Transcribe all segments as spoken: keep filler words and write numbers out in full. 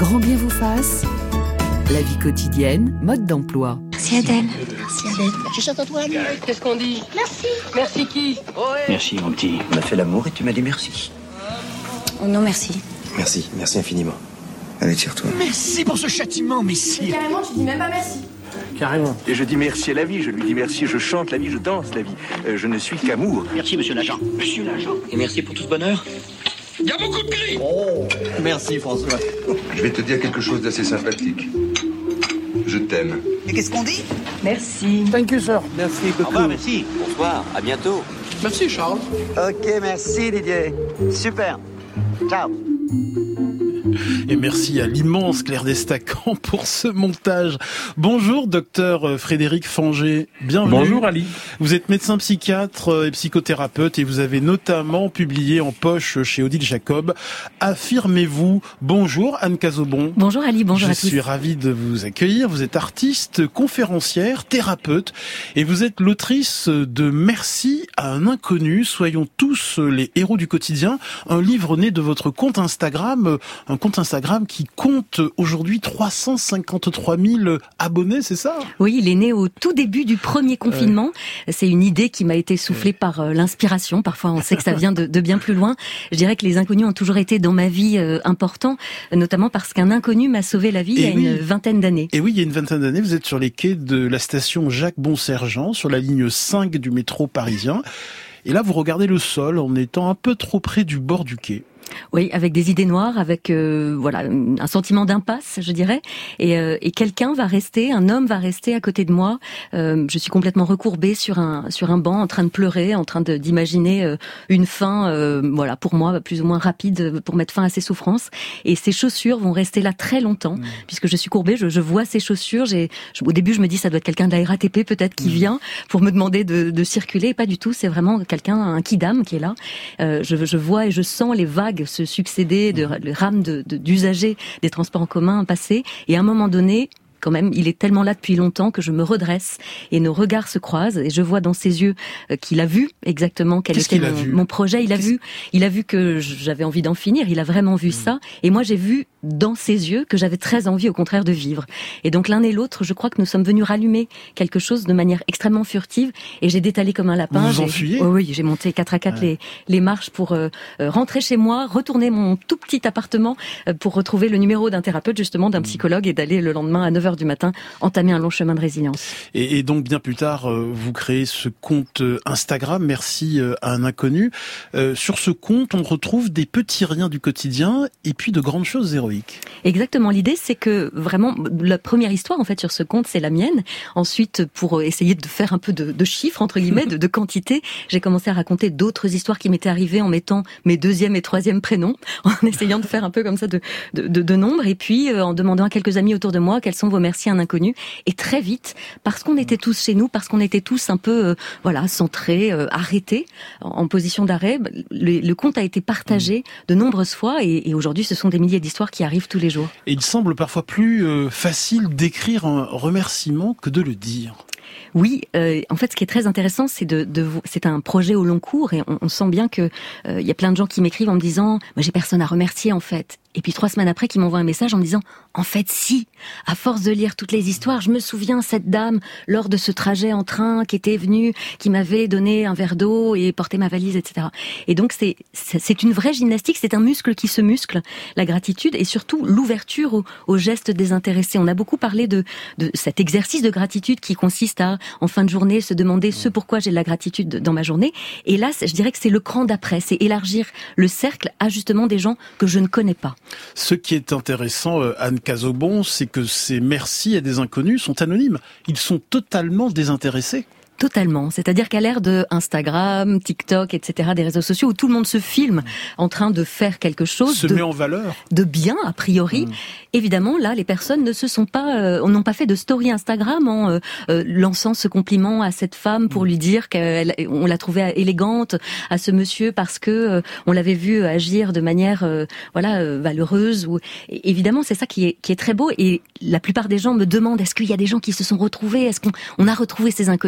Grand bien vous fasse. La vie quotidienne, mode d'emploi. Merci Adèle. Merci Adèle. Je chante à toi, Annie. Qu'est-ce qu'on dit? Merci. Merci qui? Oh, ouais. Merci mon petit. On a fait l'amour et tu m'as dit merci. Oh non, merci. Merci, merci infiniment. Allez, tire-toi. Merci pour ce châtiment, messieurs. Carrément, tu dis même pas merci. Carrément. Et je dis merci à la vie, je lui dis merci, je chante la vie, je danse la vie. Euh, je ne suis qu'amour. Merci monsieur l'agent. Monsieur l'agent. Et merci pour tout ce bonheur. Il y a beaucoup de gris. Oh, merci François. Je vais te dire quelque chose d'assez sympathique. Je t'aime. Et qu'est-ce qu'on dit? Merci. Thank you, sir. Merci beaucoup. Au revoir, merci. Bonsoir, à bientôt. Merci, Charles. Ok, merci Didier. Super. Ciao. Et merci à l'immense Claire Destacan pour ce montage. Bonjour, docteur Frédéric Fanger. Bienvenue. Bonjour, Ali. Vous êtes médecin psychiatre et psychothérapeute et vous avez notamment publié en poche chez Odile Jacob Affirmez-vous. Bonjour, Anne Cazobon. Bonjour, Ali. Bonjour Je à tous. suis ravi de vous accueillir. Vous êtes artiste, conférencière, thérapeute et vous êtes l'autrice de Merci à un inconnu. Soyons tous les héros du quotidien. Un livre né de votre compte Instagram, un compte Instagram qui compte aujourd'hui trois cent cinquante-trois mille abonnés, c'est ça? Oui, il est né au tout début du premier confinement. Ouais. C'est une idée qui m'a été soufflée ouais. par euh, l'inspiration. Parfois, on sait que ça vient de, de bien plus loin. Je dirais que les inconnus ont toujours été dans ma vie euh, importants, notamment parce qu'un inconnu m'a sauvé la vie Et il y a oui. une vingtaine d'années. Et oui, il y a une vingtaine d'années, vous êtes sur les quais de la station Jacques-Bonsergent, sur la ligne cinq du métro parisien. Et là, vous regardez le sol en étant un peu trop près du bord du quai. Oui, avec des idées noires, avec euh, voilà un sentiment d'impasse, je dirais. Et, euh, et quelqu'un va rester, un homme va rester à côté de moi. Euh, je suis complètement recourbée sur un sur un banc, en train de pleurer, en train de, d'imaginer euh, une fin, euh, voilà, pour moi plus ou moins rapide, pour mettre fin à ces souffrances. Et ces chaussures vont rester là très longtemps, mmh. puisque je suis courbée. Je, je vois ces chaussures. J'ai, je, au début, je me dis ça doit être quelqu'un de la R A T P peut-être qui mmh. vient pour me demander de, de circuler. Pas du tout. C'est vraiment quelqu'un, un kidam qui est là. Euh, je, je vois et je sens les vagues se succéder de, de rames de, de, d'usagers des transports en commun passés. Et à un moment donné, quand même, il est tellement là depuis longtemps que je me redresse et nos regards se croisent et je vois dans ses yeux qu'il a vu exactement quel Qu'est-ce était mon, mon projet. Il a vu, il a vu que j'avais envie d'en finir. Il a vraiment vu mmh. ça. Et moi, j'ai vu dans ses yeux que j'avais très envie, au contraire, de vivre. Et donc l'un et l'autre, je crois que nous sommes venus rallumer quelque chose de manière extrêmement furtive. Et j'ai détalé comme un lapin. Vous vous enfuyez ? Oh oui, j'ai monté quatre à quatre ouais. les, les marches pour euh, rentrer chez moi, retourner mon tout petit appartement euh, pour retrouver le numéro d'un thérapeute, justement, d'un psychologue et d'aller le lendemain à neuf heures du matin entamer un long chemin de résilience. Et, et donc bien plus tard, euh, vous créez ce compte Instagram, Merci à un inconnu. Euh, sur ce compte, on retrouve des petits riens du quotidien et puis de grandes choses héroïques. Exactement. L'idée, c'est que vraiment, la première histoire, en fait, sur ce compte, c'est la mienne. Ensuite, pour essayer de faire un peu de, de chiffres, entre guillemets, de, de quantité, j'ai commencé à raconter d'autres histoires qui m'étaient arrivées en mettant mes deuxième et troisième prénoms, en essayant de faire un peu comme ça de, de, de, de nombres, et puis euh, en demandant à quelques amis autour de moi quels sont vos merci à un inconnu. Et très vite, parce qu'on était tous chez nous, parce qu'on était tous un peu, euh, voilà, centrés, euh, arrêtés, en, en position d'arrêt, le, le compte a été partagé de nombreuses fois, et, et aujourd'hui, ce sont des milliers d'histoires qui arrivent tous les jours. Et il semble parfois plus euh, facile d'écrire un remerciement que de le dire. Oui, euh, en fait, ce qui est très intéressant, c'est de, de c'est un projet au long cours et on, on sent bien que il euh, y a plein de gens qui m'écrivent en me disant, moi j'ai personne à remercier en fait. Et puis trois semaines après, qui m'envoient un message en me disant, en fait, si, à force de lire toutes les histoires, je me souviens cette dame lors de ce trajet en train qui était venue, qui m'avait donné un verre d'eau et porté ma valise, et cetera. Et donc c'est c'est une vraie gymnastique, c'est un muscle qui se muscle, la gratitude et surtout l'ouverture aux, aux gestes désintéressés. On a beaucoup parlé de de cet exercice de gratitude qui consiste à, en fin de journée, se demander ce pourquoi j'ai de la gratitude dans ma journée. Et là, je dirais que c'est le cran d'après, c'est élargir le cercle à justement des gens que je ne connais pas. Ce qui est intéressant, Anne Cazobon, c'est que ces merci à des inconnus sont anonymes. Ils sont totalement désintéressés. Totalement. C'est-à-dire qu'à l'ère de Instagram, TikTok, et cetera, des réseaux sociaux où tout le monde se filme en train de faire quelque chose, se de, met en valeur, de bien a priori. Mmh. Évidemment, là, les personnes ne se sont pas, euh, n'ont pas fait de story Instagram en euh, euh, lançant ce compliment à cette femme pour mmh. lui dire qu'on l'a trouvée élégante, à ce monsieur parce que euh, on l'avait vu agir de manière, euh, voilà, euh, valeureuse. Ou et évidemment, c'est ça qui est qui est très beau. Et la plupart des gens me demandent est-ce qu'il y a des gens qui se sont retrouvés, est-ce qu'on on a retrouvé ces inconnus?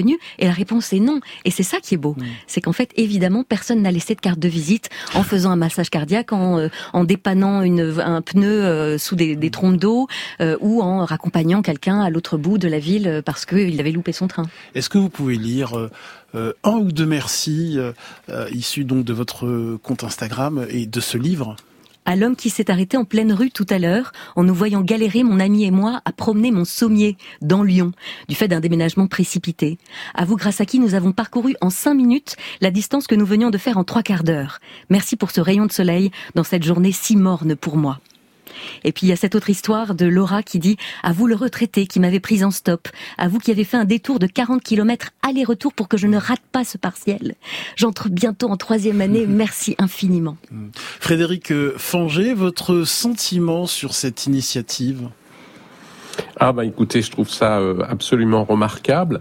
Et la réponse est non. Et c'est ça qui est beau. Mmh. C'est qu'en fait, évidemment, personne n'a laissé de carte de visite en faisant un massage cardiaque, en, euh, en dépannant une, un pneu euh, sous des, des trompes d'eau, euh, ou en raccompagnant quelqu'un à l'autre bout de la ville parce qu'il avait loupé son train. Est-ce que vous pouvez lire euh, euh, un ou deux merci euh, euh, issus donc de votre compte Instagram et de ce livre ? À l'homme qui s'est arrêté en pleine rue tout à l'heure, en nous voyant galérer, mon ami et moi, à promener mon sommier dans Lyon, du fait d'un déménagement précipité. À vous, grâce à qui nous avons parcouru en cinq minutes la distance que nous venions de faire en trois quarts d'heure. Merci pour ce rayon de soleil dans cette journée si morne pour moi. Et puis il y a cette autre histoire de Laura qui dit « À vous le retraité qui m'avait prise en stop, à vous qui avez fait un détour de quarante kilomètres aller-retour pour que je ne rate pas ce partiel. J'entre bientôt en troisième année, merci infiniment. » Frédéric Fanger, votre sentiment sur cette initiative ? Ah bah écoutez, je trouve ça euh, absolument remarquable.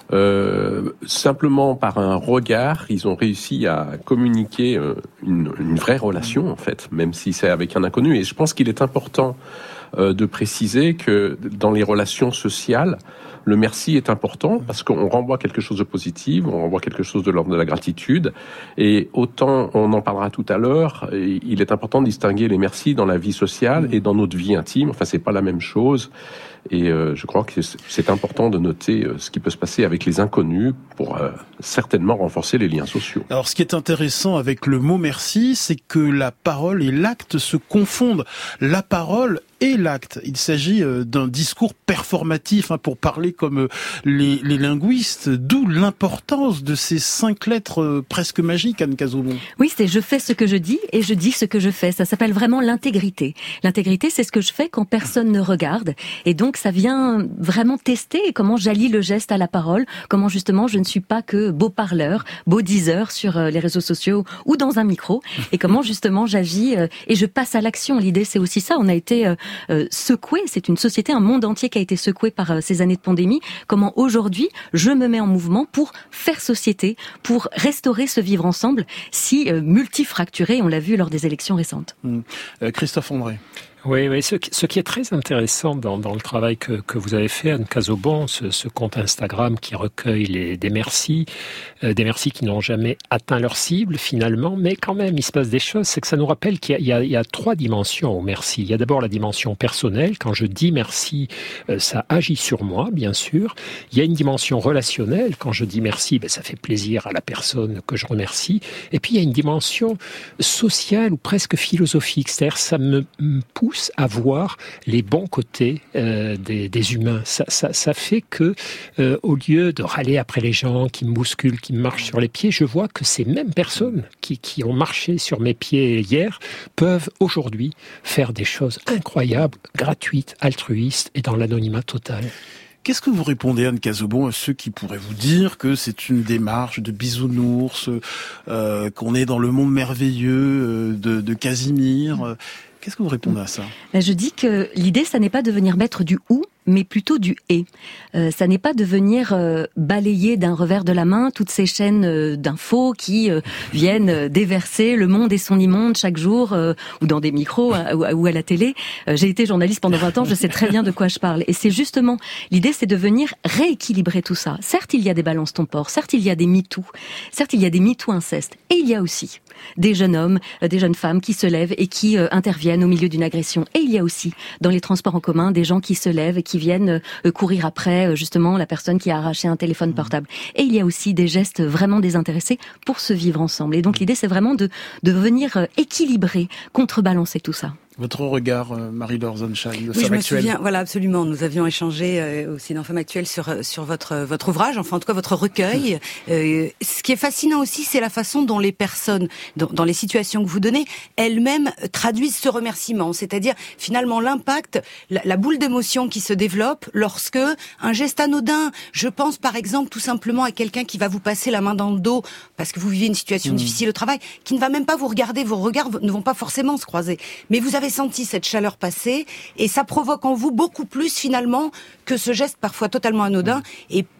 Euh, simplement par un regard, ils ont réussi à communiquer euh, une, une vraie relation en fait, même si c'est avec un inconnu. Et je pense qu'il est important euh, de préciser que dans les relations sociales, le merci est important parce qu'on renvoie quelque chose de positif, on renvoie quelque chose de l'ordre de la gratitude. Et autant, on en parlera tout à l'heure, il est important de distinguer les merci dans la vie sociale et dans notre vie intime. Enfin, c'est pas la même chose. Et euh, je crois que c'est important de noter euh, ce qui peut se passer avec les inconnus pour euh, certainement renforcer les liens sociaux. Alors, ce qui est intéressant avec le mot merci, c'est que la parole et l'acte se confondent. La parole et l'acte. Il s'agit euh, d'un discours performatif, hein, pour parler comme euh, les, les linguistes, d'où l'importance de ces cinq lettres euh, presque magiques, Anne Cazobon. Oui, c'est je fais ce que je dis et je dis ce que je fais. Ça s'appelle vraiment l'intégrité. L'intégrité, c'est ce que je fais quand personne ne regarde. Et donc, ça vient vraiment tester comment j'allie le geste à la parole, comment justement je ne suis pas que beau parleur, beau diseur sur les réseaux sociaux ou dans un micro, et comment justement j'agis et je passe à l'action. L'idée, c'est aussi ça. On a été euh, secoué, c'est une société, un monde entier qui a été secoué par euh, ces années de pandémie. Comment aujourd'hui je me mets en mouvement pour faire société, pour restaurer ce vivre ensemble si euh, multifracturé, on l'a vu lors des élections récentes. Mmh. Euh, Christophe André. Oui, oui. Ce qui, ce qui est très intéressant dans, dans le travail que, que vous avez fait, Anne Cazobon, ce, ce compte Instagram qui recueille les, des merci, euh, des merci qui n'ont jamais atteint leur cible finalement, mais quand même, il se passe des choses. C'est que ça nous rappelle qu'il y a, il y a, il y a trois dimensions au merci. Il y a d'abord la dimension personnelle. Quand je dis merci, euh, ça agit sur moi, bien sûr. Il y a une dimension relationnelle. Quand je dis merci, ben, ça fait plaisir à la personne que je remercie. Et puis, il y a une dimension sociale ou presque philosophique. C'est-à-dire, ça me, me pousse à voir les bons côtés euh, des, des humains. Ça, ça, ça fait que, euh, au lieu de râler après les gens qui me bousculent, qui me marchent sur les pieds, je vois que ces mêmes personnes qui, qui ont marché sur mes pieds hier peuvent aujourd'hui faire des choses incroyables, gratuites, altruistes et dans l'anonymat total. Qu'est-ce que vous répondez, Anne Cazobon, à ceux qui pourraient vous dire que c'est une démarche de bisounours, euh, qu'on est dans le monde merveilleux euh, de, de Casimir ? Qu'est-ce que vous répondez à ça ? Je dis que l'idée, ça n'est pas de venir mettre du « ou », mais plutôt du « et ». Euh, ça n'est pas de venir euh, balayer d'un revers de la main toutes ces chaînes euh, d'infos qui euh, viennent euh, déverser le monde et son immonde chaque jour, euh, ou dans des micros, euh, ou, ou à la télé. Euh, j'ai été journaliste pendant vingt ans, je sais très bien de quoi je parle. Et c'est justement, l'idée, c'est de venir rééquilibrer tout ça. Certes, il y a des balances ton port, certes, il y a des MeToo, certes, il y a des MeToo incestes, et il y a aussi des jeunes hommes, euh, des jeunes femmes qui se lèvent et qui euh, interviennent au milieu d'une agression. Et il y a aussi, dans les transports en commun, des gens qui se lèvent et qui viennent euh, courir après, euh, justement, la personne qui a arraché un téléphone portable. Et il y a aussi des gestes vraiment désintéressés pour se vivre ensemble. Et donc l'idée, c'est vraiment de, de venir euh, équilibrer, contrebalancer tout ça. Votre regard, euh, Marie-Laure Sonnenschein, de oui, Femme je me Actuelle. souviens, voilà, absolument. Nous avions échangé euh, aussi dans Femme Actuelle sur sur votre votre ouvrage, enfin en tout cas votre recueil. Euh, ce qui est fascinant aussi, c'est la façon dont les personnes, dans, dans les situations que vous donnez, elles-mêmes traduisent ce remerciement. C'est-à-dire finalement l'impact, la, la boule d'émotion qui se développe lorsque un geste anodin. Je pense par exemple tout simplement à quelqu'un qui va vous passer la main dans le dos parce que vous vivez une situation mmh. difficile au travail, qui ne va même pas vous regarder. Vos regards ne vont pas forcément se croiser, mais vous avez senti cette chaleur passer et ça provoque en vous beaucoup plus finalement que ce geste parfois totalement anodin. Et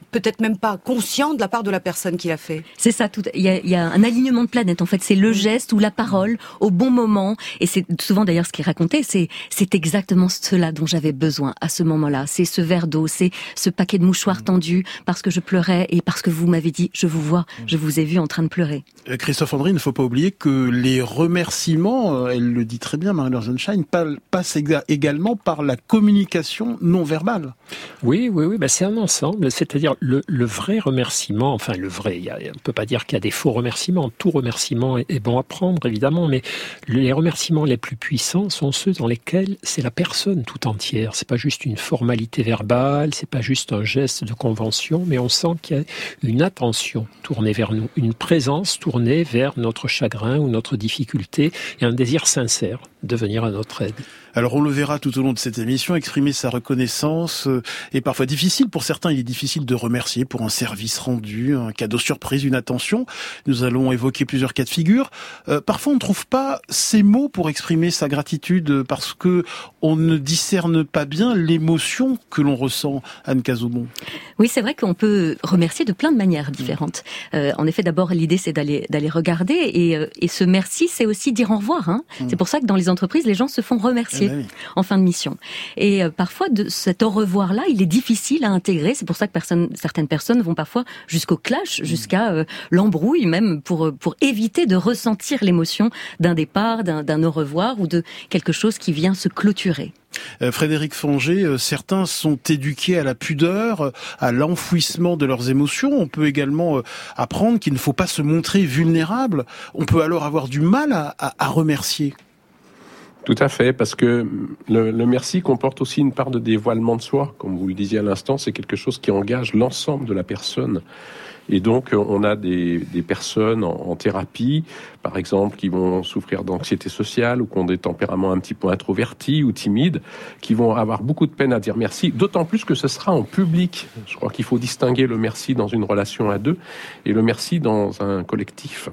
peut-être même pas conscient de la part de la personne qui l'a fait. C'est ça, tout. Il y a, il y a un alignement de planètes. En fait, c'est le geste ou la parole au bon moment. Et c'est souvent d'ailleurs ce qui est raconté. C'est, c'est exactement cela dont j'avais besoin à ce moment-là. C'est ce verre d'eau, c'est ce paquet de mouchoirs tendus parce que je pleurais et parce que vous m'avez dit, je vous vois, je vous ai vu en train de pleurer. Christophe André, il ne faut pas oublier que les remerciements, elle le dit très bien, Marie-Laure Sonnenschein, passent également par la communication non verbale. Oui, oui, oui, bah c'est un ensemble. C'est-à-dire le, le vrai remerciement, enfin le vrai, il y a, on ne peut pas dire qu'il y a des faux remerciements. Tout remerciement est, est bon à prendre, évidemment, mais les remerciements les plus puissants sont ceux dans lesquels c'est la personne tout entière. C'est pas juste une formalité verbale, c'est pas juste un geste de convention, mais on sent qu'il y a une attention tournée vers nous, une présence tournée vers notre chagrin ou notre difficulté et un désir sincère de venir à notre aide. Alors on le verra tout au long de cette émission, exprimer sa reconnaissance est parfois difficile. Pour certains, il est difficile de remercier pour un service rendu, un cadeau surprise, une attention. Nous allons évoquer plusieurs cas de figure. Euh, parfois, on ne trouve pas ces mots pour exprimer sa gratitude parce que on ne discerne pas bien l'émotion que l'on ressent. Anne Cazobon. Oui, c'est vrai qu'on peut remercier de plein de manières différentes. Euh, en effet, d'abord, l'idée, c'est d'aller d'aller regarder et, euh, et ce merci, c'est aussi dire au revoir. Hein. Mmh. C'est pour ça que dans les entreprises, les gens se font remercier. Oui. En fin de mission. Et euh, parfois, de cet au revoir-là, il est difficile à intégrer. C'est pour ça que personne, certaines personnes vont parfois jusqu'au clash, jusqu'à euh, l'embrouille même, pour pour éviter de ressentir l'émotion d'un départ, d'un, d'un au revoir ou de quelque chose qui vient se clôturer. Euh, Frédéric Fongé, euh, certains sont éduqués à la pudeur, euh, à l'enfouissement de leurs émotions. On peut également euh, apprendre qu'il ne faut pas se montrer vulnérable. On peut alors avoir du mal à, à, à remercier. Tout à fait, parce que le, le merci comporte aussi une part de dévoilement de soi. Comme vous le disiez à l'instant, c'est quelque chose qui engage l'ensemble de la personne. Et donc, on a des, des personnes en, en thérapie, par exemple, qui vont souffrir d'anxiété sociale ou qui ont des tempéraments un petit peu introvertis ou timides, qui vont avoir beaucoup de peine à dire merci, d'autant plus que ce sera en public. Je crois qu'il faut distinguer le merci dans une relation à deux et le merci dans un collectif.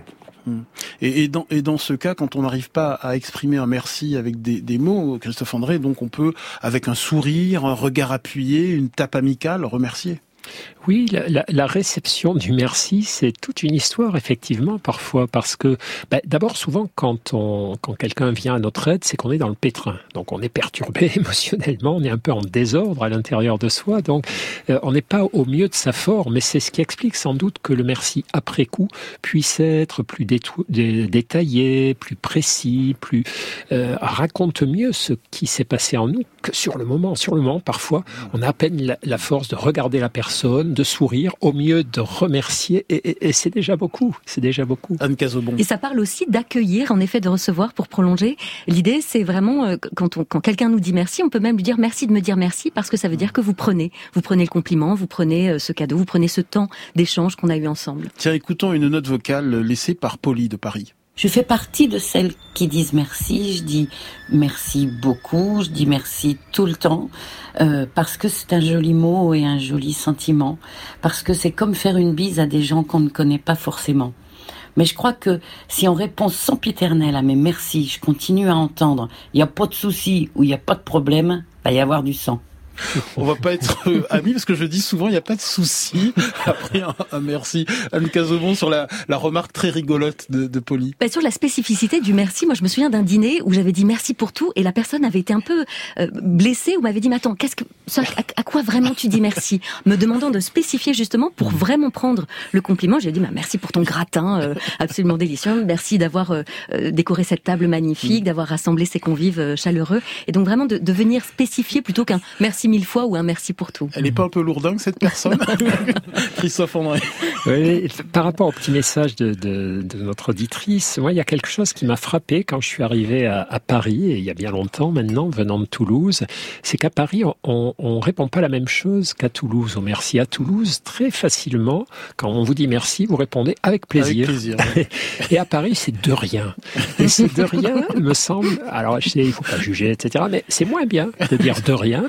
Et, et, dans, et dans ce cas, quand on n'arrive pas à exprimer un merci avec des, des mots, Christophe André, donc on peut, avec un sourire, un regard appuyé, une tape amicale, remercier. Oui, la, la, la réception du merci, c'est toute une histoire, effectivement, parfois, parce que, bah, d'abord, souvent, quand on, quand quelqu'un vient à notre aide, c'est qu'on est dans le pétrin. Donc, on est perturbé émotionnellement, on est un peu en désordre à l'intérieur de soi, donc, euh, on n'est pas au mieux de sa forme, et c'est ce qui explique sans doute que le merci après coup puisse être plus détou- dé- détaillé, plus précis, plus, euh, raconte mieux ce qui s'est passé en nous que sur le moment. Sur le moment, parfois, on a à peine la, la force de regarder la personne, de sourire, au mieux de remercier, et, et, et c'est déjà beaucoup, c'est déjà beaucoup. Anne Cazobon. Et ça parle aussi d'accueillir, en effet, de recevoir pour prolonger. L'idée, c'est vraiment, euh, quand, on, quand quelqu'un nous dit merci, on peut même lui dire merci de me dire merci, parce que ça veut dire que vous prenez, vous prenez le compliment, vous prenez euh, ce cadeau, vous prenez ce temps d'échange qu'on a eu ensemble. Tiens, écoutons une note vocale laissée par Polly de Paris. Je fais partie de celles qui disent merci, je dis merci beaucoup, je dis merci tout le temps, euh, parce que c'est un joli mot et un joli sentiment, parce que c'est comme faire une bise à des gens qu'on ne connaît pas forcément. Mais je crois que si on répond sans piternelle à mes merci, je continue à entendre, il n'y a pas de souci ou il n'y a pas de problème, il va y avoir du sang. On va pas être euh, amis parce que je dis souvent il n'y a pas de souci après un, un merci. Anne Cazobon, sur la, la remarque très rigolote de, de Polly. Bah, sur la spécificité du merci, moi je me souviens d'un dîner où j'avais dit merci pour tout et la personne avait été un peu euh, blessée ou m'avait dit mais attends, qu'est-ce que ça, à, à quoi vraiment tu dis merci, me demandant de spécifier justement pour vraiment prendre le compliment. J'ai dit bah, merci pour ton gratin euh, absolument délicieux, merci d'avoir euh, décoré cette table magnifique, d'avoir rassemblé ces convives euh, chaleureux, et donc vraiment de, de venir spécifier plutôt qu'un merci mille fois ou un merci pour tout. Elle n'est pas un peu lourdingue cette personne? Christophe André. Oui, par rapport au petit message de, de, de notre auditrice, moi il y a quelque chose qui m'a frappé quand je suis arrivé à, à Paris, et il y a bien longtemps maintenant, venant de Toulouse, c'est qu'à Paris on, on répond pas la même chose qu'à Toulouse. Au merci à Toulouse, très facilement, quand on vous dit merci, vous répondez avec plaisir. Avec plaisir. Et à Paris c'est de rien. Et c'est de rien, me semble, alors je sais, il faut pas juger, et cetera, mais c'est moins bien de dire de rien, parce que ça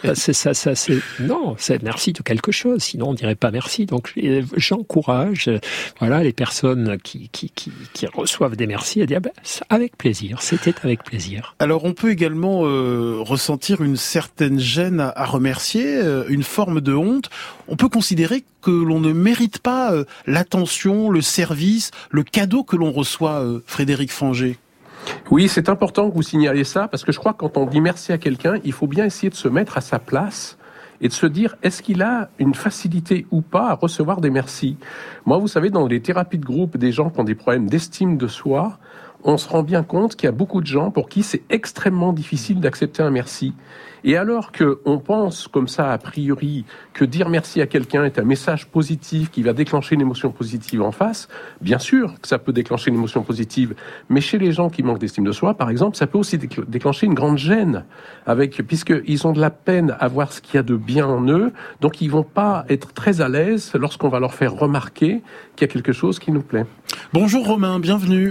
ça, ça, c'est non, c'est merci de quelque chose. Sinon, on dirait pas merci. Donc, j'encourage, voilà, les personnes qui qui qui, qui reçoivent des merci à dire ben, avec plaisir. C'était avec plaisir. Alors, on peut également euh, ressentir une certaine gêne à, à remercier, euh, une forme de honte. On peut considérer que l'on ne mérite pas euh, l'attention, le service, le cadeau que l'on reçoit, euh, Frédéric Franger. Oui, c'est important que vous signaliez ça, parce que je crois que quand on dit merci à quelqu'un, il faut bien essayer de se mettre à sa place et de se dire, est-ce qu'il a une facilité ou pas à recevoir des merci ? Moi, vous savez, dans les thérapies de groupe, des gens qui ont des problèmes d'estime de soi, on se rend bien compte qu'il y a beaucoup de gens pour qui c'est extrêmement difficile d'accepter un merci. Et alors qu'on pense comme ça, a priori, que dire merci à quelqu'un est un message positif qui va déclencher une émotion positive en face, bien sûr que ça peut déclencher une émotion positive, mais chez les gens qui manquent d'estime de soi, par exemple, ça peut aussi déclencher une grande gêne, avec, puisqu'ils ont de la peine à voir ce qu'il y a de bien en eux, donc ils vont pas être très à l'aise lorsqu'on va leur faire remarquer qu'il y a quelque chose qui nous plaît. Bonjour Romain, bienvenue.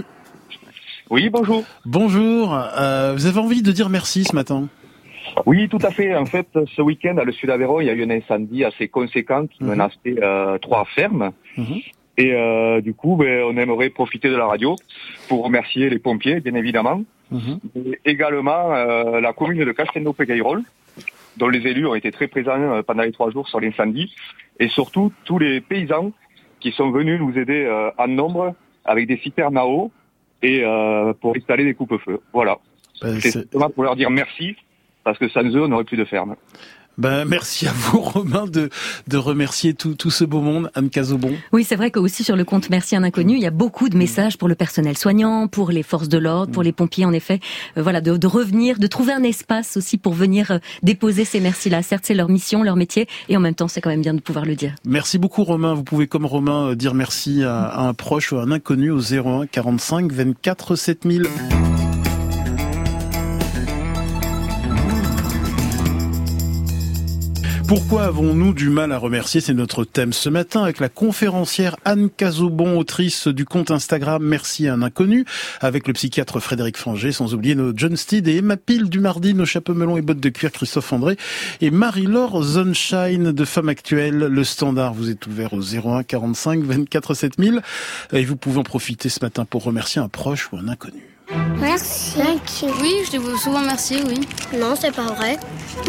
Oui, bonjour. Bonjour, euh, vous avez envie de dire merci ce matin ? Oui, tout à fait. En fait, ce week-end, à le Sud Aveyron, il y a eu un incendie assez conséquent qui mmh. menaçait euh, trois fermes. Mmh. Et euh, du coup, ben, on aimerait profiter de la radio pour remercier les pompiers, bien évidemment. Mmh. Et également euh, la commune de Castelnau-Péguerolles, dont les élus ont été très présents euh, pendant les trois jours sur l'incendie. Et surtout, tous les paysans qui sont venus nous aider euh, en nombre avec des citernes à eau et euh, pour installer des coupe-feux. Voilà. Ben, c'est simplement pour leur dire merci, parce que sans eux, on n'aurait plus de ferme. Ben, merci à vous, Romain, de, de remercier tout, tout ce beau monde. Anne Cazobon. Oui, c'est vrai qu'aussi sur le compte Merci un inconnu, il y a beaucoup de messages pour le personnel soignant, pour les forces de l'ordre, pour les pompiers, en effet. Euh, voilà, de, de revenir, de trouver un espace aussi pour venir euh, déposer ces merci-là. Certes, c'est leur mission, leur métier, et en même temps, c'est quand même bien de pouvoir le dire. Merci beaucoup, Romain. Vous pouvez, comme Romain, dire merci à, à un proche ou à un inconnu au zéro un quarante-cinq vingt-quatre sept mille. Pourquoi avons-nous du mal à remercier ? C'est notre thème ce matin avec la conférencière Anne Cazobon, autrice du compte Instagram Merci à un inconnu, avec le psychiatre Frédéric Franger, sans oublier nos John Steed et Emma Pile du mardi, nos chapeaux melons et bottes de cuir Christophe André et Marie-Laure Sunshine de Femme Actuelle. Le standard vous est ouvert au zéro un quarante-cinq vingt-quatre sept mille et vous pouvez en profiter ce matin pour remercier un proche ou un inconnu. Merci. Oui, je te dis souvent merci, oui. Non, c'est pas vrai.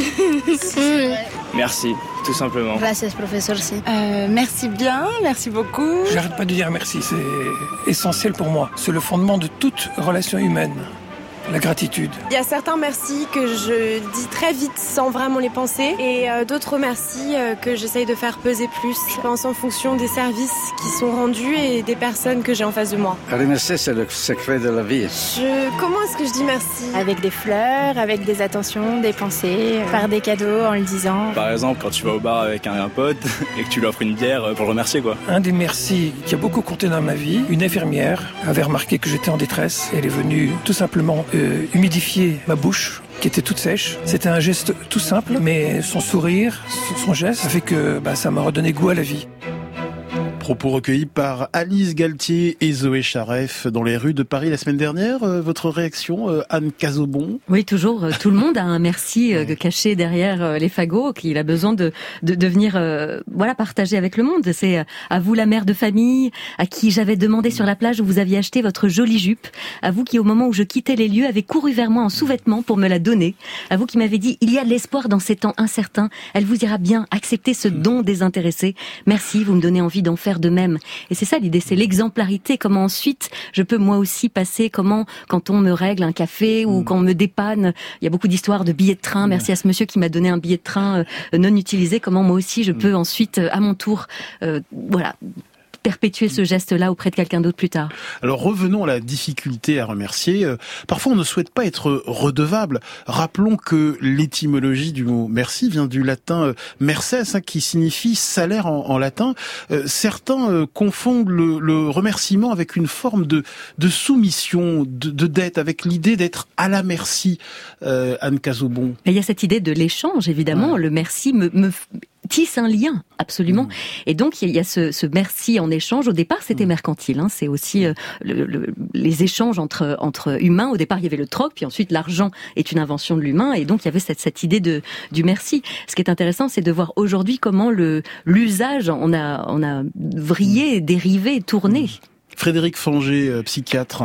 Merci, tout simplement. Gracias, professeur. Si. Euh, merci bien, merci beaucoup. J'arrête pas de dire merci, c'est essentiel pour moi. C'est le fondement de toute relation humaine. La gratitude. Il y a certains merci que je dis très vite sans vraiment les penser et euh, d'autres merci euh, que j'essaye de faire peser plus. Je pense en fonction des services qui sont rendus et des personnes que j'ai en face de moi. Remercier, c'est le secret de la vie. Je... Comment est-ce que je dis merci ? Avec des fleurs, avec des attentions, des pensées, euh, par des cadeaux en le disant. Par exemple, quand tu vas au bar avec un, un pote et que tu lui offres une bière pour le remercier, quoi. Un des merci qui a beaucoup compté dans ma vie, une infirmière avait remarqué que j'étais en détresse. Elle est venue tout simplement Euh, humidifier ma bouche qui était toute sèche. C'était un geste tout simple, mais son sourire, son geste, ça fait que bah, ça m'a redonné goût à la vie. Propos recueillis par Alice Galtier et Zoé Charef dans les rues de Paris la semaine dernière. Euh, votre réaction, euh, Anne Cazobon ? Oui, toujours. Euh, tout le monde a un merci euh, caché derrière euh, les fagots qu'il a besoin de, de, de venir euh, voilà, partager avec le monde. C'est euh, à vous la mère de famille, à qui j'avais demandé sur la plage où vous aviez acheté votre jolie jupe, à vous qui au moment où je quittais les lieux avez couru vers moi en sous-vêtements pour me la donner, à vous qui m'avez dit il y a de l'espoir dans ces temps incertains, elle vous ira bien, acceptez ce don désintéressé. Merci, vous me donnez envie d'en faire de même. Et c'est ça l'idée, c'est l'exemplarité, comment ensuite je peux moi aussi passer, comment quand on me règle un café ou mmh. quand on me dépanne, il y a beaucoup d'histoires de billets de train, mmh. merci à ce monsieur qui m'a donné un billet de train euh, non utilisé, comment moi aussi je peux mmh. ensuite à mon tour euh, voilà perpétuer ce geste-là auprès de quelqu'un d'autre plus tard. Alors revenons à la difficulté à remercier. Euh, parfois on ne souhaite pas être redevable. Rappelons que l'étymologie du mot merci vient du latin euh, merces, hein, qui signifie salaire en, en latin. Euh, certains euh, confondent le, le remerciement avec une forme de, de soumission, de, de dette, avec l'idée d'être à la merci. Euh, Anne Cazobon. Et il y a cette idée de l'échange, évidemment. Ouais. Le merci me... me tisse un lien, absolument. Mmh. Et donc, il y a ce, ce merci en échange. Au départ, c'était mmh. mercantile. Hein. C'est aussi euh, le, le, les échanges entre, entre humains. Au départ, il y avait le troc, puis ensuite, l'argent est une invention de l'humain. Et donc, il y avait cette, cette idée de, du merci. Ce qui est intéressant, c'est de voir aujourd'hui comment le, l'usage, on a, on a vrillé, dérivé, tourné. Mmh. Frédéric Fanger, euh, psychiatre.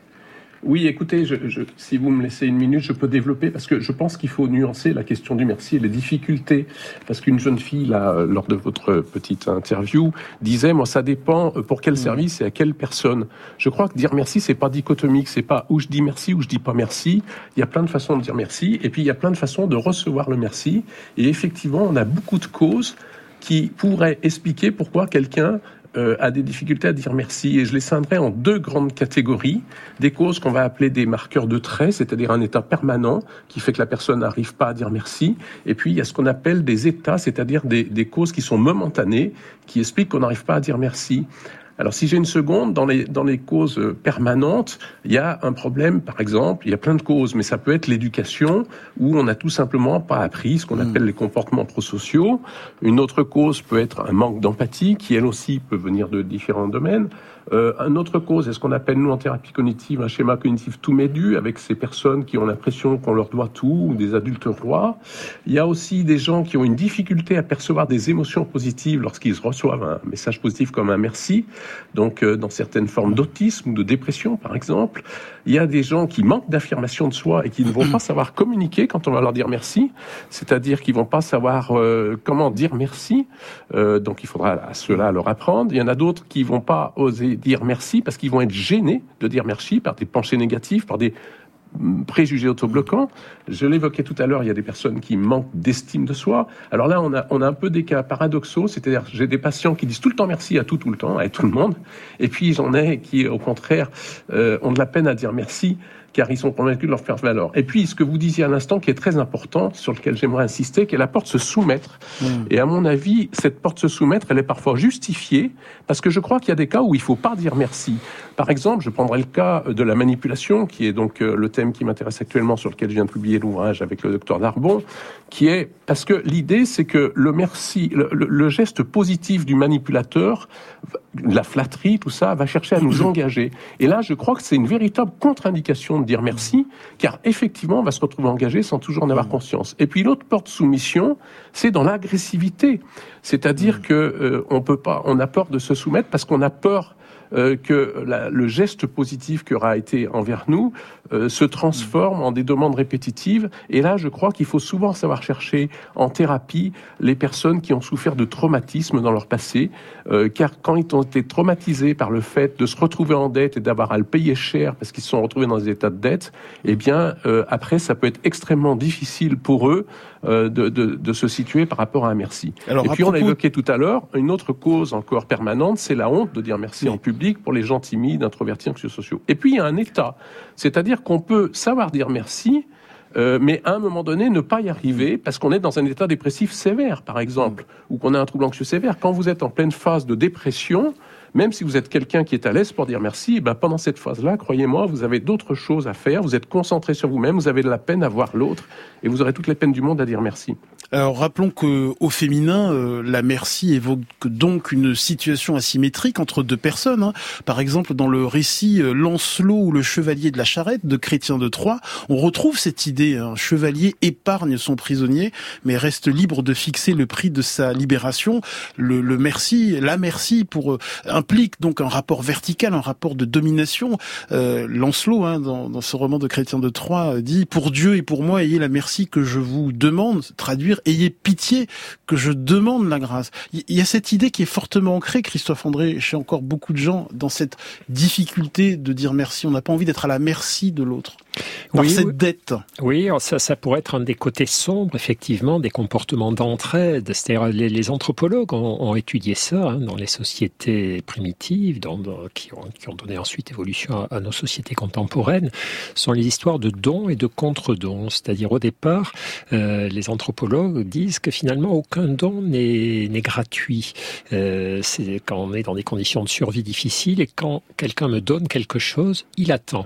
Oui, écoutez, je, je, si vous me laissez une minute, je peux développer, parce que je pense qu'il faut nuancer la question du merci et les difficultés. Parce qu'une jeune fille, là, lors de votre petite interview, disait, moi, ça dépend pour quel service et à quelle personne. Je crois que dire merci, c'est pas dichotomique, c'est pas où je dis merci ou je dis pas merci. Il y a plein de façons de dire merci, et puis il y a plein de façons de recevoir le merci. Et effectivement, on a beaucoup de causes qui pourraient expliquer pourquoi quelqu'un Euh, a des difficultés à dire merci. Et je les scinderai en deux grandes catégories. Des causes qu'on va appeler des marqueurs de trait, c'est-à-dire un état permanent qui fait que la personne n'arrive pas à dire merci. Et puis, il y a ce qu'on appelle des états, c'est-à-dire des, des causes qui sont momentanées, qui expliquent qu'on n'arrive pas à dire merci. Alors, si j'ai une seconde, dans les, dans les causes permanentes, il y a un problème, par exemple, il y a plein de causes, mais ça peut être l'éducation, où on n'a tout simplement pas appris ce qu'on appelle les comportements prosociaux. Une autre cause peut être un manque d'empathie, qui elle aussi peut venir de différents domaines. Euh, une autre cause est ce qu'on appelle, nous, en thérapie cognitive, un schéma cognitif tout médu, avec ces personnes qui ont l'impression qu'on leur doit tout, ou des adultes rois. Il y a aussi des gens qui ont une difficulté à percevoir des émotions positives lorsqu'ils reçoivent un message positif comme un merci. Donc, euh, dans certaines formes d'autisme ou de dépression, par exemple. Il y a des gens qui manquent d'affirmation de soi et qui ne vont pas savoir communiquer quand on va leur dire merci. C'est-à-dire qu'ils vont pas savoir euh, comment dire merci. Euh, donc, il faudra à ceux-là leur apprendre. Il y en a d'autres qui vont pas oser dire merci parce qu'ils vont être gênés de dire merci par des pensées négatives, par des préjugés autobloquants. Je l'évoquais tout à l'heure, il y a des personnes qui manquent d'estime de soi. Alors là, on a, on a un peu des cas paradoxaux, c'est-à-dire j'ai des patients qui disent tout le temps merci à tout, tout le temps, à tout le monde, et puis j'en ai qui, au contraire, euh, ont de la peine à dire merci, car ils sont convaincus de leur faire valoir. Et puis, ce que vous disiez à l'instant, qui est très important, sur lequel j'aimerais insister, qui est la porte se soumettre. Mmh. Et à mon avis, cette porte se soumettre, elle est parfois justifiée, parce que je crois qu'il y a des cas où il ne faut pas dire merci. Par exemple, je prendrai le cas de la manipulation, qui est donc le thème qui m'intéresse actuellement, sur lequel je viens de publier l'ouvrage avec le docteur Darbon, qui est, parce que l'idée, c'est que le merci, le, le, le geste positif du manipulateur, la flatterie, tout ça, va chercher à nous engager. Et là, je crois que c'est une véritable contre-indication de dire merci, car effectivement, on va se retrouver engagé sans toujours en avoir conscience. Et puis l'autre porte soumission, c'est dans l'agressivité. C'est-à-dire que euh, on peut pas, on a peur de se soumettre parce qu'on a peur Euh, que la, le geste positif qui aura été envers nous euh, se transforme en des demandes répétitives. Et là, je crois qu'il faut souvent savoir chercher en thérapie les personnes qui ont souffert de traumatismes dans leur passé, euh, car quand ils ont été traumatisés par le fait de se retrouver en dette et d'avoir à le payer cher parce qu'ils se sont retrouvés dans des états de dette, eh bien, euh, après, ça peut être extrêmement difficile pour eux euh, de, de, de se situer par rapport à un merci. Alors, et puis, propos... on a évoqué tout à l'heure, une autre cause encore permanente, c'est la honte de dire merci oui. en public pour les gens timides, introvertis, anxieux-sociaux. Et puis, il y a un état. C'est-à-dire qu'on peut savoir dire merci, euh, mais à un moment donné, ne pas y arriver parce qu'on est dans un état dépressif sévère, par exemple, ou qu'on a un trouble anxieux sévère. Quand vous êtes en pleine phase de dépression, même si vous êtes quelqu'un qui est à l'aise pour dire merci, ben pendant cette phase-là, croyez-moi, vous avez d'autres choses à faire, vous êtes concentré sur vous-même, vous avez de la peine à voir l'autre, et vous aurez toutes les peines du monde à dire merci. Alors rappelons qu'au féminin, euh, la merci évoque donc une situation asymétrique entre deux personnes. Hein. Par exemple, dans le récit euh, Lancelot ou le chevalier de la charrette de Chrétien de Troyes, on retrouve cette idée. Un chevalier épargne son prisonnier, mais reste libre de fixer le prix de sa libération. Le, le merci, la merci pour euh, implique donc un rapport vertical, un rapport de domination. Euh, Lancelot, hein, dans, dans ce roman de Chrétien de Troyes, dit « Pour Dieu et pour moi, ayez la merci que je vous demande », traduire « Ayez pitié que je demande la grâce ». Il y a cette idée qui est fortement ancrée, Christophe André, chez encore beaucoup de gens, dans cette difficulté de dire merci. On n'a pas envie d'être à la merci de l'autre. Par oui, cette dette. Oui, ça, ça pourrait être un des côtés sombres, effectivement, des comportements d'entraide. C'est-à-dire, les, les anthropologues ont, ont étudié ça hein, dans les sociétés primitives, dans, dans, qui, ont, qui ont donné ensuite évolution à, à nos sociétés contemporaines. Ce sont les histoires de dons et de contre-dons. C'est-à-dire, au départ, euh, les anthropologues disent que finalement, aucun don n'est, n'est gratuit. Euh, c'est quand on est dans des conditions de survie difficiles et quand quelqu'un me donne quelque chose, il attend.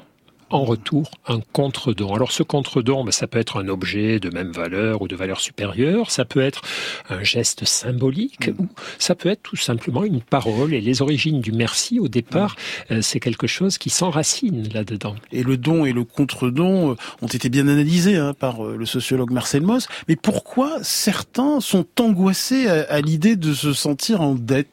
en retour un contre-don. Alors ce contre-don, ben, ça peut être un objet de même valeur ou de valeur supérieure, ça peut être un geste symbolique, mmh. ou ça peut être tout simplement une parole. Et les origines du merci, au départ, mmh. euh, c'est quelque chose qui s'enracine là-dedans. Et le don et le contre-don ont été bien analysés hein, par le sociologue Marcel Mauss. Mais pourquoi certains sont angoissés à, à l'idée de se sentir en dette ?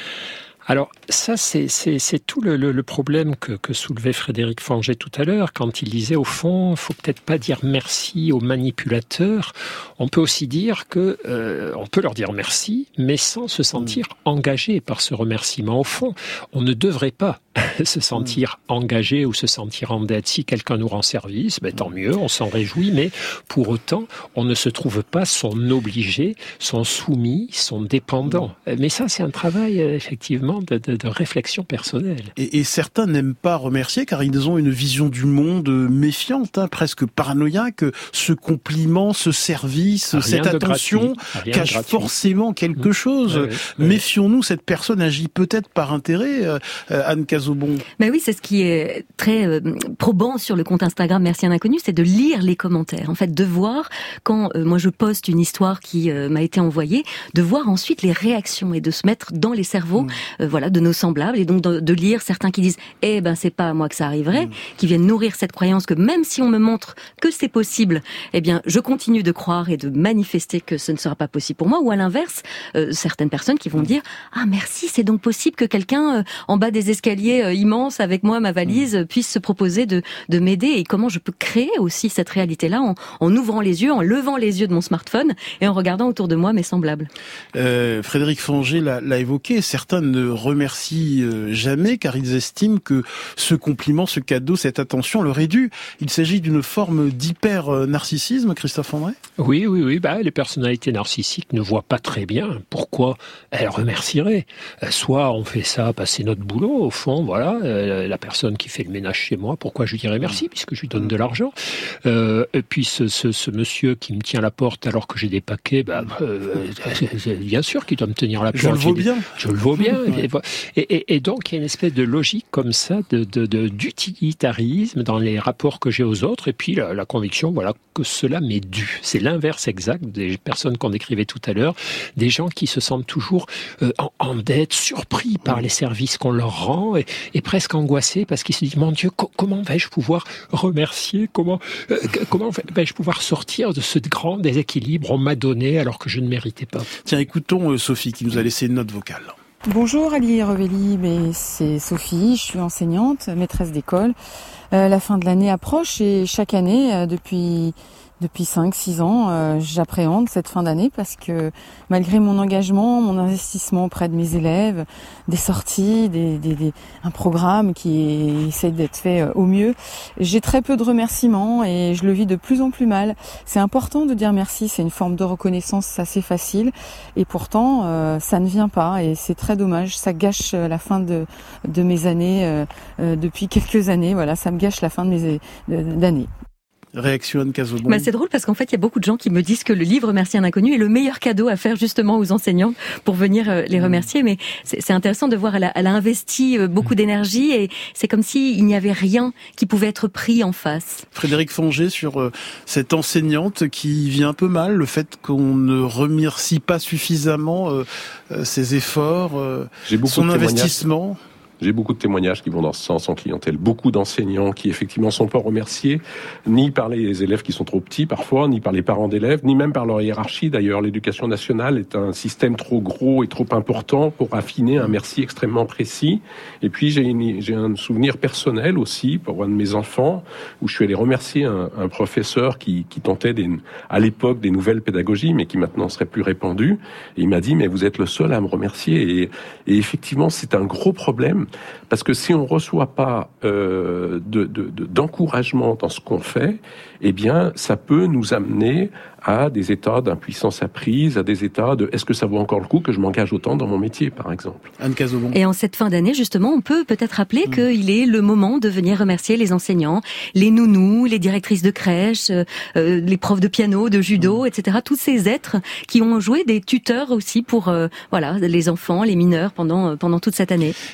Alors ça, c'est, c'est, c'est tout le, le, le problème que, que soulevait Frédéric Forget tout à l'heure, quand il disait, au fond, il faut peut-être pas dire merci aux manipulateurs. On peut aussi dire que euh, on peut leur dire merci, mais sans se sentir engagé par ce remerciement. Au fond, on ne devrait pas se sentir engagé ou se sentir en dette. Si quelqu'un nous rend service, ben, tant mieux, on s'en réjouit, mais pour autant, on ne se trouve pas son obligé, son soumis, son dépendant. Mais ça, c'est un travail, effectivement, de, de, de réflexion personnelle. Et, et certains n'aiment pas remercier car ils ont une vision du monde méfiante, hein, presque paranoïaque. Ce compliment, ce service, rien cette attention cache forcément quelque chose. Ouais, ouais, ouais. Méfions-nous, cette personne agit peut-être par intérêt, euh, Anne Cazobon. Mais oui, c'est ce qui est très euh, probant sur le compte Instagram Merci un inconnu, c'est de lire les commentaires. En fait, de voir, quand euh, moi je poste une histoire qui euh, m'a été envoyée, de voir ensuite les réactions et de se mettre dans les cerveaux mmh. euh, voilà, de nos semblables. Et donc de, de lire certains qui disent « Eh ben, c'est pas à moi que ça arriverait mmh. », qui viennent nourrir cette croyance que même si on me montre que c'est possible, eh bien, je continue de croire et de manifester que ce ne sera pas possible pour moi. Ou à l'inverse, euh, certaines personnes qui vont mmh. dire « Ah merci, c'est donc possible que quelqu'un euh, en bas des escaliers euh, immense avec moi, ma valise, mmh. puisse se proposer de, de m'aider ». Et comment je peux créer aussi cette réalité-là en, en ouvrant les yeux, en levant les yeux de mon smartphone et en regardant autour de moi mes semblables. Euh, Frédéric Forget l'a, l'a évoqué, certains ne remercient jamais car ils estiment que ce compliment, ce cadeau, cette attention leur est due. Il s'agit d'une forme d'hyper-narcissisme, Christophe André ? Oui, oui, oui. Bah, les personnalités narcissiques ne voient pas très bien pourquoi elles remercieraient. Soit on fait ça, bah, c'est notre boulot, au fond, voilà. Euh, la personne qui fait le ménage chez moi, pourquoi je lui dirais merci, puisque je lui donne de l'argent. Euh, et puis ce, ce, ce monsieur qui me tient la porte alors que j'ai des paquets, bah, euh, bien sûr qu'il doit me tenir la porte. Je le vaux bien. Je le vaux bien. Et, et, et donc, il y a une espèce de logique comme ça, de, de, de, d'utilitarisme dans les rapports que j'ai aux autres, et puis la, la conviction, voilà, que cela m'est dû. C'est l'inverse exact des personnes qu'on décrivait tout à l'heure, des gens qui se sentent toujours euh, en, en dette, surpris par les services qu'on leur rend, et, et presque angoissés parce qu'ils se disent, mon Dieu, co- comment vais-je pouvoir remercier, comment, euh, comment vais-je pouvoir sortir de ce grand déséquilibre on m'a donné alors que je ne méritais pas. Tiens, écoutons euh, Sophie qui nous a laissé une note vocale. Bonjour Ali Revelli, mais c'est Sophie, je suis enseignante, maîtresse d'école. Euh, la fin de l'année approche et chaque année, euh, depuis depuis cinq six ans, euh, j'appréhende cette fin d'année parce que malgré mon engagement, mon investissement auprès de mes élèves, des sorties, des, des, des, un programme qui essaie d'être fait au mieux, j'ai très peu de remerciements et je le vis de plus en plus mal. C'est important de dire merci, c'est une forme de reconnaissance assez facile et pourtant euh, ça ne vient pas et c'est très dommage, ça gâche la fin de, de mes années euh, euh, depuis quelques années, voilà, ça me gâche la fin de mes de, d'années. Réaction Anne Cazobon. Bah c'est drôle parce qu'en fait, il y a beaucoup de gens qui me disent que le livre Merci un inconnu est le meilleur cadeau à faire justement aux enseignants pour venir les remercier. Mais c'est, c'est intéressant de voir, elle a, elle a investi beaucoup d'énergie et c'est comme s'il n'y avait rien qui pouvait être pris en face. Frédéric Forget sur euh, cette enseignante qui vit un peu mal, le fait qu'on ne remercie pas suffisamment euh, euh, ses efforts, euh, son investissement. J'ai beaucoup de témoignages qui vont dans ce sens en clientèle. Beaucoup d'enseignants qui, effectivement, sont pas remerciés, ni par les élèves qui sont trop petits, parfois, ni par les parents d'élèves, ni même par leur hiérarchie. D'ailleurs, l'éducation nationale est un système trop gros et trop important pour affiner un merci extrêmement précis. Et puis, j'ai, une, j'ai un souvenir personnel aussi, pour un de mes enfants, où je suis allé remercier un, un professeur qui, qui tentait des, à l'époque des nouvelles pédagogies, mais qui maintenant serait plus répandues. Et il m'a dit, mais vous êtes le seul à me remercier. Et, et effectivement, c'est un gros problème. Parce que si on ne reçoit pas euh, de, de, de, d'encouragement dans ce qu'on fait, eh bien, ça peut nous amener à des états d'impuissance apprise, à des états de « est-ce que ça vaut encore le coup que je m'engage autant dans mon métier ?» par exemple. Anne Cazobon. Et en cette fin d'année, justement, on peut peut-être rappeler mmh. qu'il est le moment de venir remercier les enseignants, les nounous, les directrices de crèche, euh, les profs de piano, de judo, mmh. et cetera. Tous ces êtres qui ont joué des tuteurs aussi pour euh, voilà les enfants, les mineurs pendant, pendant toute cette année. Et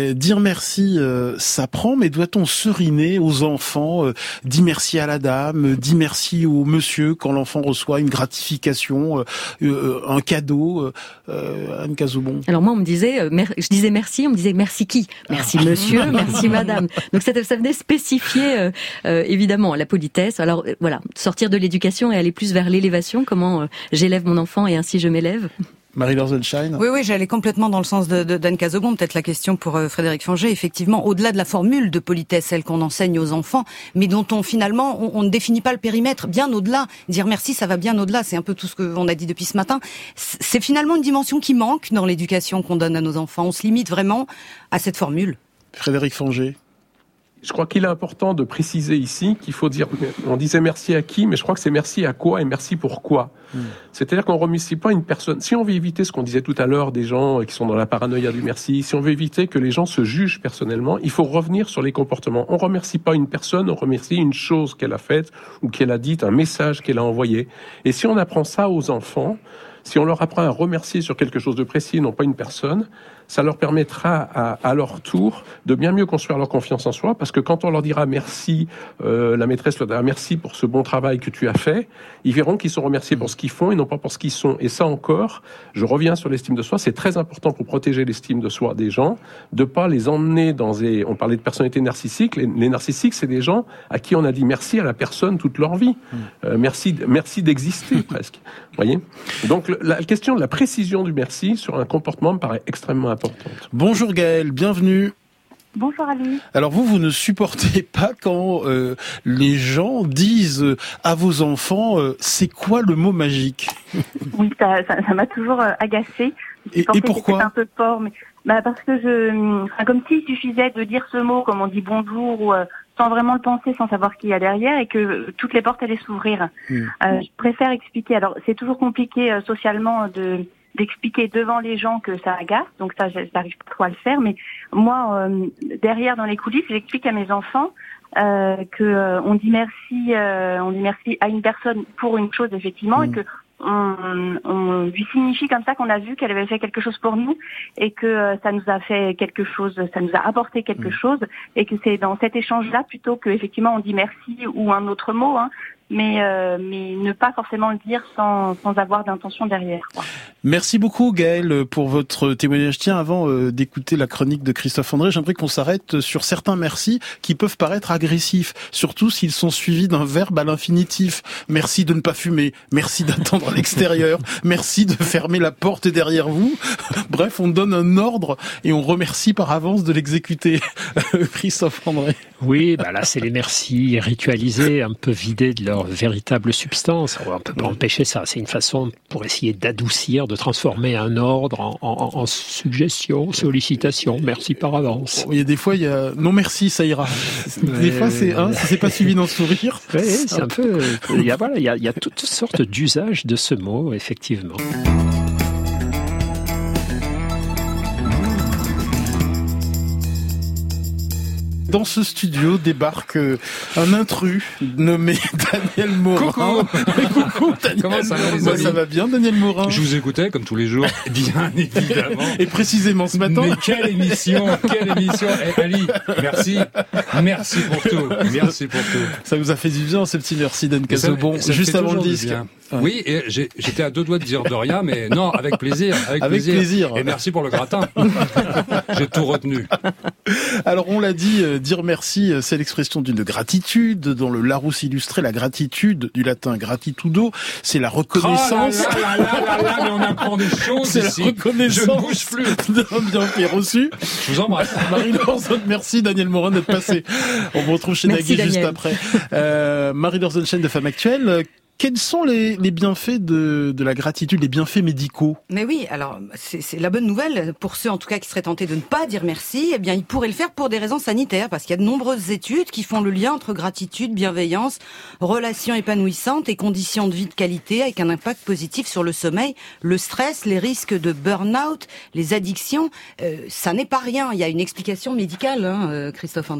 Euh, dire merci, euh, ça prend, mais doit-on seriner aux enfants, euh, dis merci à la dame, euh, dis merci au monsieur quand l'enfant reçoit une gratification, euh, euh, un cadeau, euh, Anne Cazobon? Alors moi, on me disait, euh, mer- je disais merci, on me disait merci qui? Merci ah. monsieur, merci madame. Donc ça, ça venait spécifier euh, euh, évidemment la politesse. Alors euh, voilà, sortir de l'éducation et aller plus vers l'élévation. Comment euh, j'élève mon enfant et ainsi je m'élève. Marie-Laure Zolstein. Oui, oui, j'allais complètement dans le sens de, de d'Anne Cazobon. Peut-être la question pour euh, Frédéric Fanger. Effectivement, au-delà de la formule de politesse, celle qu'on enseigne aux enfants, mais dont on finalement on, on ne définit pas le périmètre. Bien au-delà, dire merci, ça va bien au-delà. C'est un peu tout ce qu'on a dit depuis ce matin. C'est finalement une dimension qui manque dans l'éducation qu'on donne à nos enfants. On se limite vraiment à cette formule. Frédéric Fanger. Je crois qu'il est important de préciser ici qu'il faut dire, on disait merci à qui, mais je crois que c'est merci à quoi et merci pourquoi. Mmh. C'est-à-dire qu'on ne remercie pas une personne. Si on veut éviter ce qu'on disait tout à l'heure des gens qui sont dans la paranoïa du merci, si on veut éviter que les gens se jugent personnellement, il faut revenir sur les comportements. On ne remercie pas une personne, on remercie une chose qu'elle a faite ou qu'elle a dite, un message qu'elle a envoyé. Et si on apprend ça aux enfants, si on leur apprend à remercier sur quelque chose de précis, non pas une personne, ça leur permettra à, à leur tour de bien mieux construire leur confiance en soi, parce que quand on leur dira merci, euh, la maîtresse leur dira merci pour ce bon travail que tu as fait, ils verront qu'ils sont remerciés pour ce qu'ils font et non pas pour ce qu'ils sont. Et ça encore, je reviens sur l'estime de soi, c'est très important pour protéger l'estime de soi des gens, de pas les emmener dans des... On parlait de personnalités narcissiques, les, les narcissiques, c'est des gens à qui on a dit merci à la personne toute leur vie. Euh, merci, merci d'exister presque. Vous voyez ? Donc la question de la précision du merci sur un comportement me paraît extrêmement importante. Bonjour Gaëlle, bienvenue. Bonjour Ali. Alors vous, vous ne supportez pas quand euh, les gens disent à vos enfants euh, c'est quoi le mot magique? Oui, ça, ça, ça m'a toujours euh, agacée. Et, et pourquoi? C'est un peu fort, mais bah parce que je, enfin, comme s'il suffisait de dire ce mot, comme on dit bonjour, ou euh, sans vraiment le penser, sans savoir qui y a derrière, et que toutes les portes allaient s'ouvrir. Mmh. Euh, je préfère expliquer. Alors c'est toujours compliqué euh, socialement de d'expliquer devant les gens que ça agace, donc ça j'arrive pas trop à le faire, mais moi euh, derrière dans les coulisses j'explique à mes enfants euh, que euh, on dit merci euh, on dit merci à une personne pour une chose effectivement, mmh. et que on, on lui signifie comme ça qu'on a vu qu'elle avait fait quelque chose pour nous et que euh, ça nous a fait quelque chose, ça nous a apporté quelque mmh. chose, et que c'est dans cet échange-là plutôt que effectivement on dit merci ou un autre mot, hein, mais euh, mais ne pas forcément le dire sans sans avoir d'intention derrière, quoi. Merci beaucoup Gaëlle pour votre témoignage. Tiens, avant euh, d'écouter la chronique de Christophe André, j'aimerais qu'on s'arrête sur certains merci qui peuvent paraître agressifs, surtout s'ils sont suivis d'un verbe à l'infinitif. Merci de ne pas fumer, merci d'attendre à l'extérieur, merci de fermer la porte derrière vous. Bref, on donne un ordre et on remercie par avance de l'exécuter. Christophe André. Oui, bah là c'est les merci ritualisés, un peu vidés de leur véritable substance. On peut pas empêcher ça. C'est une façon pour essayer d'adoucir, de transformer un ordre en, en, en suggestion, sollicitation. Merci par avance. Il y a des fois, il y a non merci, ça ira. Des fois, c'est hein, si c'est pas suivi d'un sourire. Oui, c'est un peu. Il y a voilà, il y a, il y a toutes sortes d'usages de ce mot, effectivement. Dans ce studio débarque euh, un intrus nommé Daniel Morin. Coucou. Coucou Daniel. Comment ça va, les Moi, amis? Ça va bien, Daniel Morin. Je vous écoutais comme tous les jours, bien évidemment. Et précisément ce matin. Mais quelle émission, quelle émission. Eh, Ali, merci, merci pour tout, merci pour tout. Ça vous a fait du bien ce petit merci d'Anne Cazobon juste avant le disque. Ouais. Oui, et j'ai, j'étais à deux doigts de dire de rien, mais non, avec plaisir, avec, avec plaisir. plaisir. Et merci pour le gratin. J'ai tout retenu. Alors on l'a dit, euh, dire merci, c'est l'expression d'une gratitude. Dans le Larousse illustré, la gratitude, du latin gratitudo, c'est la reconnaissance. Oh là là là là là, mais on apprend des choses c'est ici. La reconnaissance. Je ne bouge plus. D'un bienfait reçu. Je vous embrasse. Marie-Laure Zolstein, merci Daniel Morin d'être passé. On vous retrouve chez Nagui juste après. Euh, Marie-Laure Zolstein de Femme Actuelle. Quels sont les, les bienfaits de, de la gratitude, les bienfaits médicaux? Mais oui, alors c'est, c'est la bonne nouvelle pour ceux en tout cas qui seraient tentés de ne pas dire merci. Eh bien, ils pourraient le faire pour des raisons sanitaires, parce qu'il y a de nombreuses études qui font le lien entre gratitude, bienveillance, relations épanouissantes et conditions de vie de qualité, avec un impact positif sur le sommeil, le stress, les risques de burn-out, les addictions. Euh, ça n'est pas rien. Il y a une explication médicale, hein, Christophe André.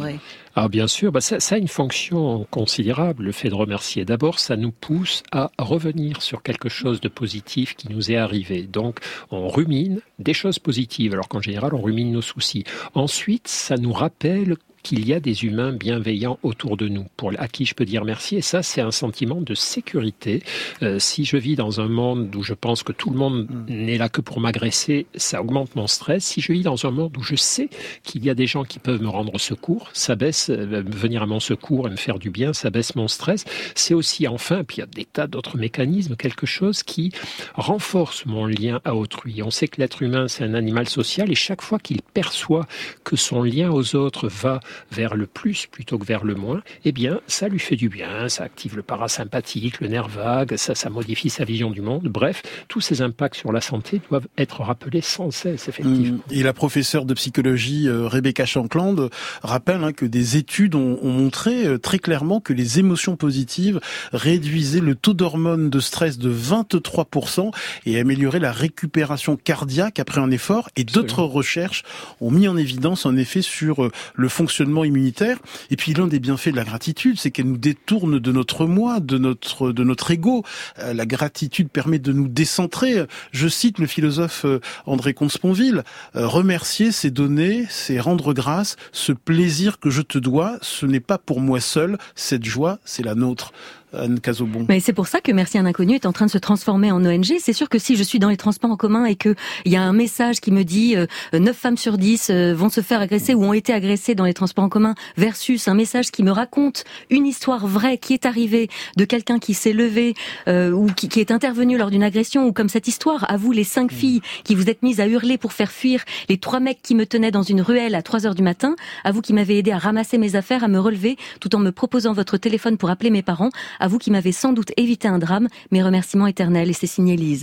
Ah, bien sûr, bah ça, ça a une fonction considérable, le fait de remercier. D'abord, ça nous pousse à revenir sur quelque chose de positif qui nous est arrivé. Donc, on rumine des choses positives, alors qu'en général, on rumine nos soucis. Ensuite, ça nous rappelle qu'il y a des humains bienveillants autour de nous, pour, à qui je peux dire merci. Et ça, c'est un sentiment de sécurité. Euh, si je vis dans un monde où je pense que tout le monde mmh. n'est là que pour m'agresser, ça augmente mon stress. Si je vis dans un monde où je sais qu'il y a des gens qui peuvent me rendre secours, ça baisse, euh, venir à mon secours et me faire du bien, ça baisse mon stress. C'est aussi, enfin, puis il y a des tas d'autres mécanismes, quelque chose qui renforce mon lien à autrui. On sait que l'être humain, c'est un animal social, et chaque fois qu'il perçoit que son lien aux autres va vers le plus plutôt que vers le moins, eh bien, ça lui fait du bien, ça active le parasympathique, le nerf vague, ça, ça modifie sa vision du monde. Bref, tous ces impacts sur la santé doivent être rappelés sans cesse, effectivement. Et la professeure de psychologie, euh, Rebecca Shankland, rappelle hein, que des études ont, ont montré euh, très clairement que les émotions positives réduisaient le taux d'hormones de stress de vingt-trois pour cent et amélioraient la récupération cardiaque après un effort. Et Absolument. D'autres recherches ont mis en évidence un effet sur euh, le fonctionnement immunitaire. Et puis l'un des bienfaits de la gratitude, c'est qu'elle nous détourne de notre moi, de notre de notre ego. Euh, la gratitude permet de nous décentrer. Je cite le philosophe euh, André Comte-Sponville, euh, remercier, c'est donner, c'est rendre grâce. Ce plaisir que je te dois, ce n'est pas pour moi seul. Cette joie, c'est la nôtre. Anne Cazobon. Mais c'est pour ça que Merci un inconnu est en train de se transformer en O N G. C'est sûr que si je suis dans les transports en commun et que il y a un message qui me dit euh, neuf femmes sur dix euh, vont se faire agresser ou ont été agressées dans les transports en commun versus un message qui me raconte une histoire vraie qui est arrivée de quelqu'un qui s'est levé euh, ou qui, qui est intervenu lors d'une agression, ou comme cette histoire, à vous les cinq filles qui vous êtes mises à hurler pour faire fuir les trois mecs qui me tenaient dans une ruelle à trois heures du matin, à vous qui m'avez aidé à ramasser mes affaires, à me relever tout en me proposant votre téléphone pour appeler mes parents, à vous qui m'avez sans doute évité un drame, mes remerciements éternels. Et c'est signé Lise.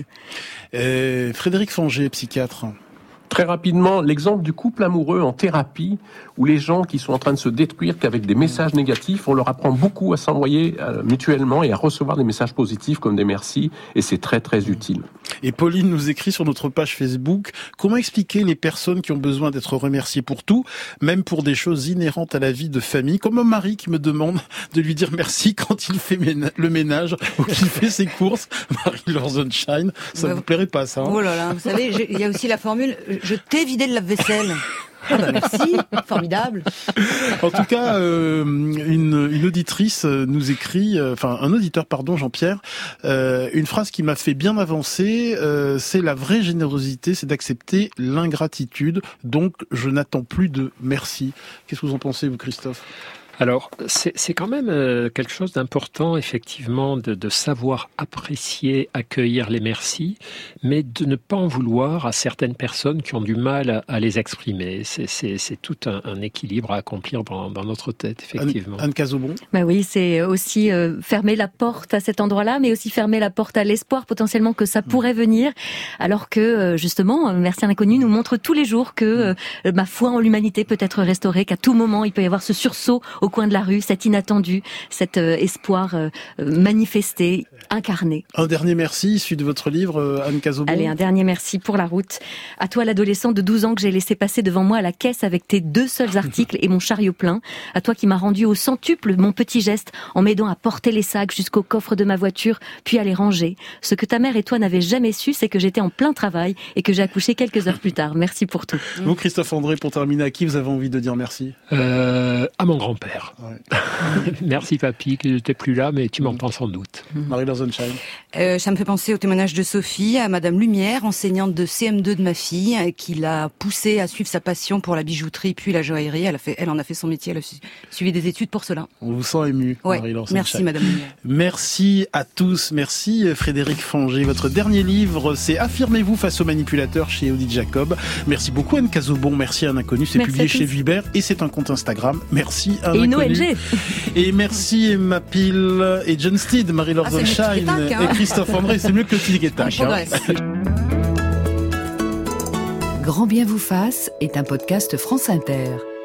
Euh, Frédéric Fanger, psychiatre. Très rapidement, l'exemple du couple amoureux en thérapie, où les gens qui sont en train de se détruire qu'avec des messages négatifs, on leur apprend beaucoup à s'envoyer euh, mutuellement et à recevoir des messages positifs comme des merci, et c'est très très utile. Et Pauline nous écrit sur notre page Facebook, comment expliquer les personnes qui ont besoin d'être remerciées pour tout, même pour des choses inhérentes à la vie de famille, comme un mari qui me demande de lui dire merci quand il fait le ménage ou qu'il fait ses courses. Marie-Laure Sunshine, ça bah, vous plairait pas ça hein? Oh là là, vous savez, il y a aussi la formule je t'ai vidé le lave-vaisselle. Ah bah merci, formidable. En tout cas, euh, une, une auditrice nous écrit, euh, enfin un auditeur, pardon, Jean-Pierre, euh, une phrase qui m'a fait bien avancer, euh, c'est la vraie générosité, c'est d'accepter l'ingratitude, donc je n'attends plus de merci. Qu'est-ce que vous en pensez, vous, Christophe ? Alors, c'est, c'est quand même euh, quelque chose d'important, effectivement, de, de savoir apprécier, accueillir les merci, mais de ne pas en vouloir à certaines personnes qui ont du mal à, à les exprimer. C'est, c'est, c'est tout un, un équilibre à accomplir dans, dans notre tête, effectivement. Anne, Anne Cazobon. Bah oui, c'est aussi euh, fermer la porte à cet endroit-là, mais aussi fermer la porte à l'espoir potentiellement que ça pourrait venir, alors que, euh, justement, Merci à l'inconnu nous montre tous les jours que euh, ma foi en l'humanité peut être restaurée, qu'à tout moment, il peut y avoir ce sursaut au coin de la rue, cet inattendu, cet euh, espoir euh, manifesté, incarné. Un dernier merci, issu de votre livre, euh, Anne Cazobon. Allez, un dernier merci pour la route. À toi, l'adolescent de douze ans que j'ai laissé passer devant moi à la caisse avec tes deux seuls articles et mon chariot plein. À toi qui m'as rendu au centuple mon petit geste en m'aidant à porter les sacs jusqu'au coffre de ma voiture, puis à les ranger. Ce que ta mère et toi n'avaient jamais su, c'est que j'étais en plein travail et que j'ai accouché quelques heures plus tard. Merci pour tout. Vous, Christophe André, pour terminer, à qui vous avez envie de dire merci ? euh, À mon grand-père. Ouais. Merci papy, que t'es plus là, mais tu m'entends sans doute. Marie-Laure Sunshine. Euh, ça me fait penser au témoignage de Sophie, à Madame Lumière, enseignante de C M deux de ma fille, qui l'a poussée à suivre sa passion pour la bijouterie puis la joaillerie. Elle a fait, elle en a fait son métier, elle a su, suivi des études pour cela. On vous sent ému, ouais. Marie-Laure Sunshine. Merci Madame Lumière. Merci à tous, merci Frédéric Fanger. Votre dernier livre, c'est Affirmez-vous face aux manipulateurs chez Odile Jacob. Merci beaucoup Anne Cazobon, merci à un inconnu, c'est merci publié chez Vuibert et c'est un compte Instagram. Merci à un inconnu. O N G. Et merci Emma Peel et John Steed, Marie-Laure ah, Sunshine hein. et Christophe André. C'est mieux que le Tic et Tac. Hein. Grand bien vous fasse est un podcast France Inter.